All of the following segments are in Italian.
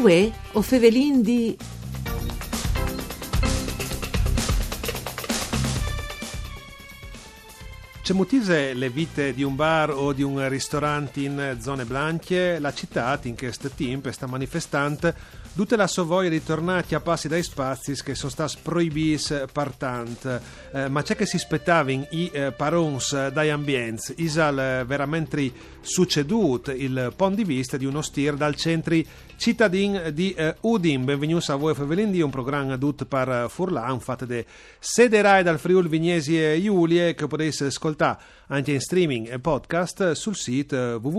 Uè, o fevelin di... C'è mutise le vite di un bar o di un ristorante in zone blanche, la città, in questo tempo, sta manifestante, tutte la sua voglia di tornare a passi dai spazi che sono stati proibiti partant, ma c'è che si aspettavano i parons dai ambienti, isal veramente succeduto il punto di vista di uno stir dal centro cittadin di Udin. Benvenuti a voi Fevelin, un programma tutto per Furlan, fatto da Sederai dal Friuli Vignesi e Giulie, che potete ascoltare anche in streaming e podcast sul sito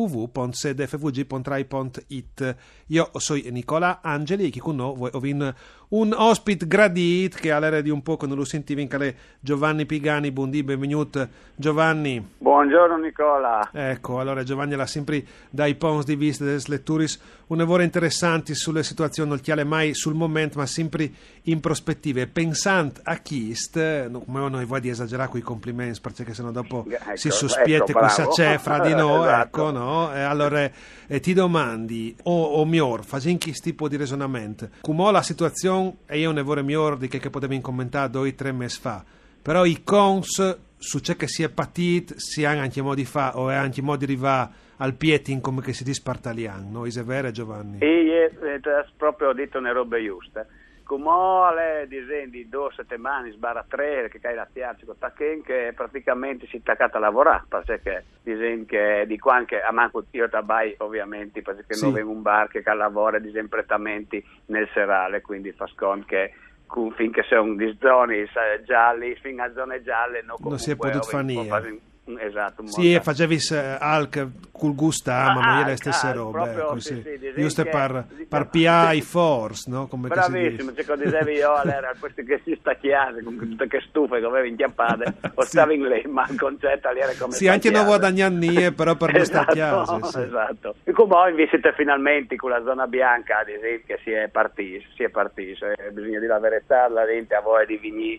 www.sedfvg.rai.it. Io sono Nicola Angeli e chi con noi ho un ospite gradito che all'era di un po' non lo sentivo che è Giovanni Pigani. Buondì, benvenuto Giovanni. Buongiorno Nicola. Ecco, allora Giovanni ha sempre dai punti di vista delle letture un'evore interessanti sulle situazioni, non chiale mai sul momento ma sempre in prospettive. Pensando a chi come noi vuoi di esagerare con i complimenti perché sennò dopo si sospiette questa c'è fra di noi, esatto. Ecco, no? Allora ti domandi o miglior facendo questo tipo di ragionamento come la situazione e io ne vorrei miglior di che potevo commentare 2 o 3 mesi fa, però i cons su ciò che si è patito si hanno anche modi fa o anche modi di arrivare al pietin come che si dice partalian, no? È vero Giovanni? Sì, proprio ho detto una roba giusta. Come alle disegni di 2 settimane sbarra 3 che cai la piazza con Tacchen che praticamente si è attaccata a lavorare perché disegni che di qua anche a manco io tabai ovviamente perché sì. Non vengo un bar che lavora disempretamente nel serale, quindi fa scon che finché sono di zone gialli fino a zone gialle non si è potuto fare niente. Esatto, sì, facevi alc col gusto ma non è le stesse robe sì, giusto per PI force, no? Come bravissimo, che come dicevi io era questo che si stacchiate con tutte che stufe che avevi inchiappate o sì. Stavi in lì ma il concetto lì era come sì, anche non guadagnare però per non stacchiare sì. Esatto, e come ho visita finalmente con la zona bianca ad esempio che si è partito bisogna dire la verità, la gente a voi di vigni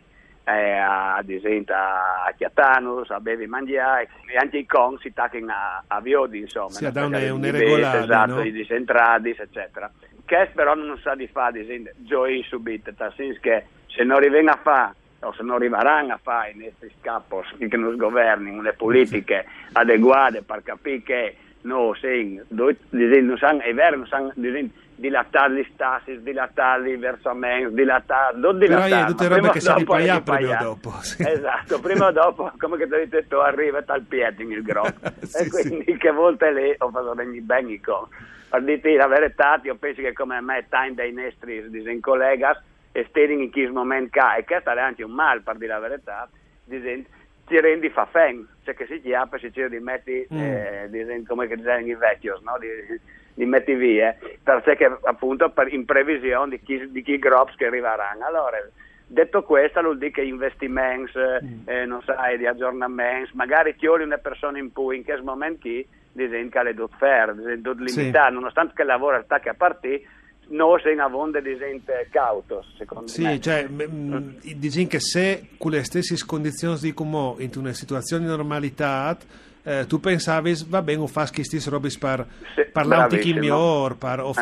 ad esempio a Chiatanus, a Bevi Mangiai e anche i con si taccano a Viodi, insomma. Si da un irregolare, esatto, no? I disentradis, eccetera. Che però non sa di fare, ad esempio, gioia subito, nel senso che se non rivenga a fare o se non arriveranno a fare i nostri scapos che non governi, le politiche adeguate per capire che non sanno, è vero, non sanno dilatare gli stassi, dilatare i versamenti, non dilatare. Però è tutte robe che si ripagano prima o dopo. Sì. Esatto, prima o dopo, come che ti ho detto, arriva tal piede il groppo. Sì, e quindi che volte lì ho fatto bene con. Per dirti la verità, io penso che come me, time dei nostri colleghi, e stedi in questo momento e che sarà anche un mal, per dire la verità, ti rendi fa fen, cioè che si chiappa, si cerca di metti, come che dicono i vecchi, no? Di metti via, perché appunto in previsione di chi groups che arriveranno. Allora, detto questo, vuol dire che investimenti, non sai, di aggiornamenti, magari chioli una persona in più in che momento chi, disegna che le dot fair, limitare, nonostante che lavora sta che a partire, non sei una vonda di gente cautos, secondo me. Sì, cioè, dicono che se con le stesse condizioni di come in una situazione di normalità, tu pensavi, va bene, o fai questi robe per parlare un po' migliore,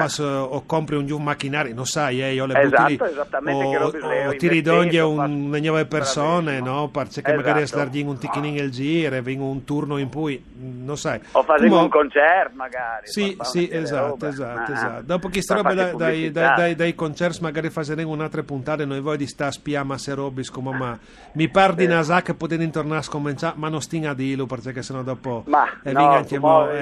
o compri un macchinario, non sai, io le butti lì, o ti ridogli una nuova persona, no? Perché magari slarghi un ticchino il giro, vengo un turno in cui, non sai. O fai un concerto, magari. Sì, esatto. Dopo che queste robe dai concerti, magari faremo un'altra puntata, noi voi di sta spiama se robe, ma mi par di Nasa che potete tornare a scominciare, ma non stinga a dirlo, perché sennò dopo ma si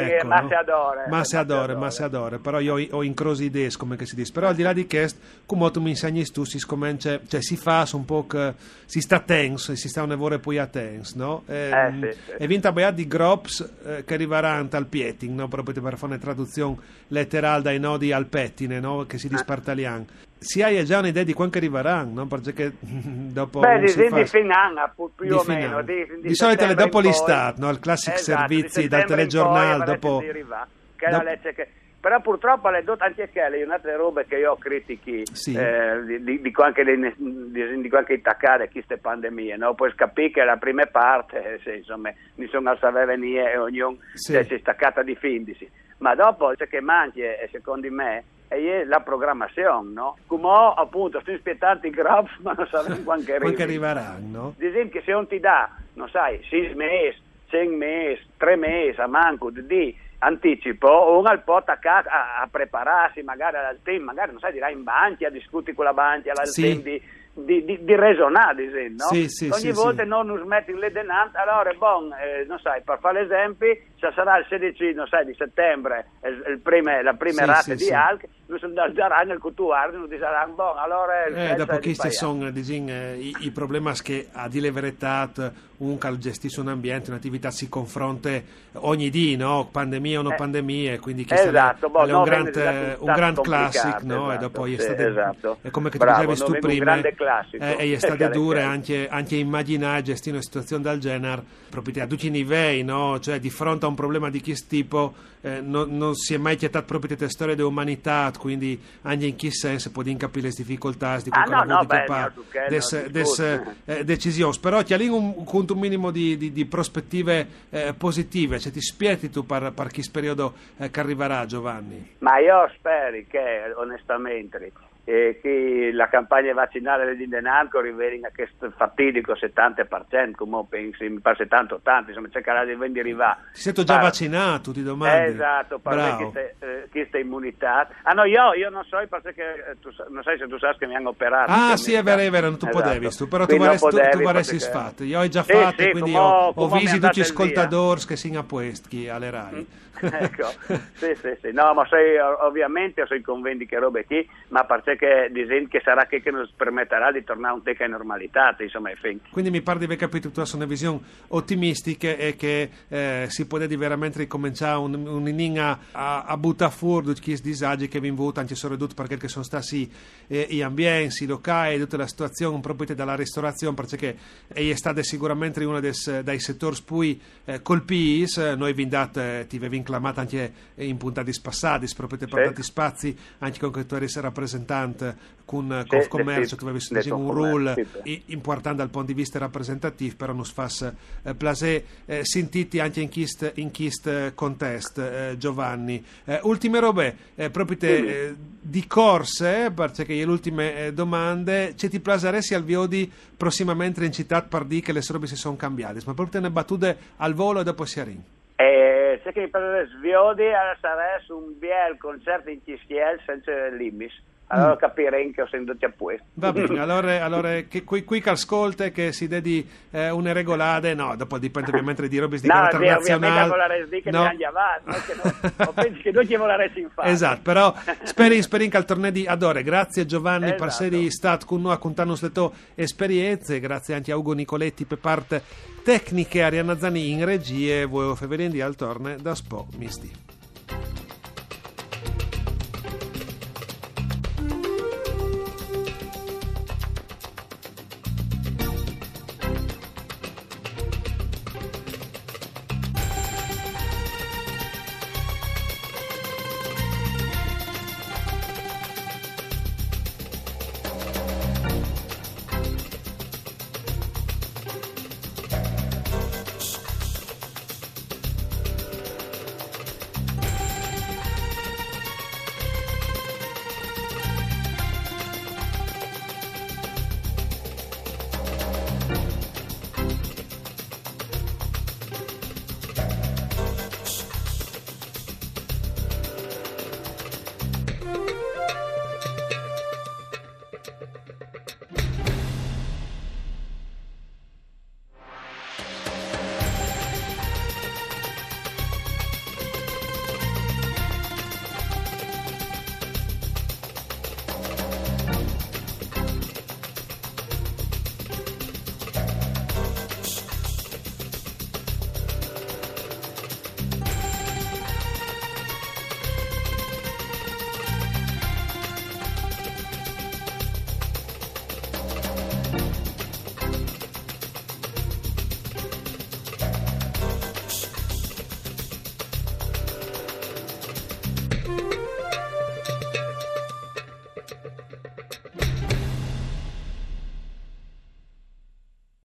adora, però io ho incrosi idee come che si dice, però al di là di questo come tu mi insegni tu si scomincia, cioè si fa un po' che si sta tenso, si sta un'evore poi a tenso, no? Sì. E vinta poi di grops che arriveranno al pieting, no? Proprio per fare una traduzione letterale dai nodi al pettine, no? Che si dice partalian. Si hai già un'idea di quando arriveranno, no? Perché dopo di finanza più o meno di solito dopo l'estate, no? Il classic servizi dal telegiornale dopo che la legge che però purtroppo le do anche quelle un'altra robe che io critichi sì. di qualche intaccare queste pandemie, no? Puoi capire che la prima parte insomma mi sono al sapere venire e ognuno si è staccata di findici, ma dopo c'è che mangi e secondo me è la programmazione, no? Come appunto sto aspettando i graf ma non sappiamo quando arriveranno. Ad esempio che se non ti dà, non sai, 6 mesi, 100 mesi, 3 mesi a manco di anticipo, uno al po' attaccato a prepararsi magari al team, magari non sai, dirai in banchi, a discutere con la banca, al team di resonare, no? Ogni volta non smetti le denanze, allora non sai, per fare l'esempio, se sarà il 16 non sai, di settembre la prima rata di ALC, non si daranno nel cultuare, non diranno allora dopo questi sono i problemi che a dire la verità un che gestisce un ambiente, un'attività si confronta ogni dì, no? Pandemia o non pandemia, quindi è un gran classico, no? Esatto, e dopo è come che ti dicevi tu prima è stato duro anche immaginare gestire una situazione del genere proprio a tutti i livelli, no? Cioè di fronte a un problema di questo tipo non si è mai chietato proprio la storia dell'umanità, quindi anche in chi senso può capire le difficoltà di decisioni, però ti ha un minimo di prospettive positive, cioè ti spieghi tu per questo periodo che arriverà, Giovanni? Ma io spero che onestamente che la campagna vaccinale di Denarco arrivi a questo fatidico 70%, come pensi, mi pare 70-80%, insomma cercherà di arrivare. Ti sei già vaccinato, ti domandi? Esatto, per questa immunità. No, io non so, perché non sai se tu sai che mi hanno operato. Sì, è vero, non tu potevi, però tu vorresti sfatto. Io ho già fatto, quindi ho visto tutti gli ascoltatori che si appuesti alle RAI. Ecco, sì. No, ma ovviamente sono convinti che robe qui, ma perché dicono che sarà che non permetterà di tornare un teca in normalità, insomma. Quindi mi pare di aver capito tutta una visione ottimistica e che si può veramente ricominciare un'inninga a buttare fuori tutti questi disagi che vi invuto anche soprattutto perché sono stati gli ambienti, i locali, tutta la situazione proprio dalla ristorazione, perché è stata sicuramente uno dei settori più colpiti. Noi vi avevo inclamato anche in puntati passati proprio per portati spazi anche con che tu eri rappresentante con commercio, tu avevi un ruolo importante dal punto di vista rappresentativo, però non si fa plaisir sentiti anche in questo contesto, Giovanni. Ultime robe proprio di corse, perché le ultime domande, c'è ti plaseresti al viodi prossimamente in città per dire che le robe si sono cambiate, ma proprio ne battute al volo e dopo si arrin. Se che per sviodi sarà su un biel concerto in Cischiel senza limis. Allora capirei che ho sentito a questo. Va bene, allora qui che ascolta che si dedi una regolade, no, dopo dipende ovviamente di robe di carattere nazionale. No, ovviamente con la che avanti, penso che non ci voleresti in fare. Esatto, però speri che al torneo di Adore. Grazie Giovanni per essere stato con noi a contarnos le tue esperienze, grazie anche a Ugo Nicoletti per parte tecniche, Arianna Zani in regie, voi Fevelin di al torne da Spo Misti.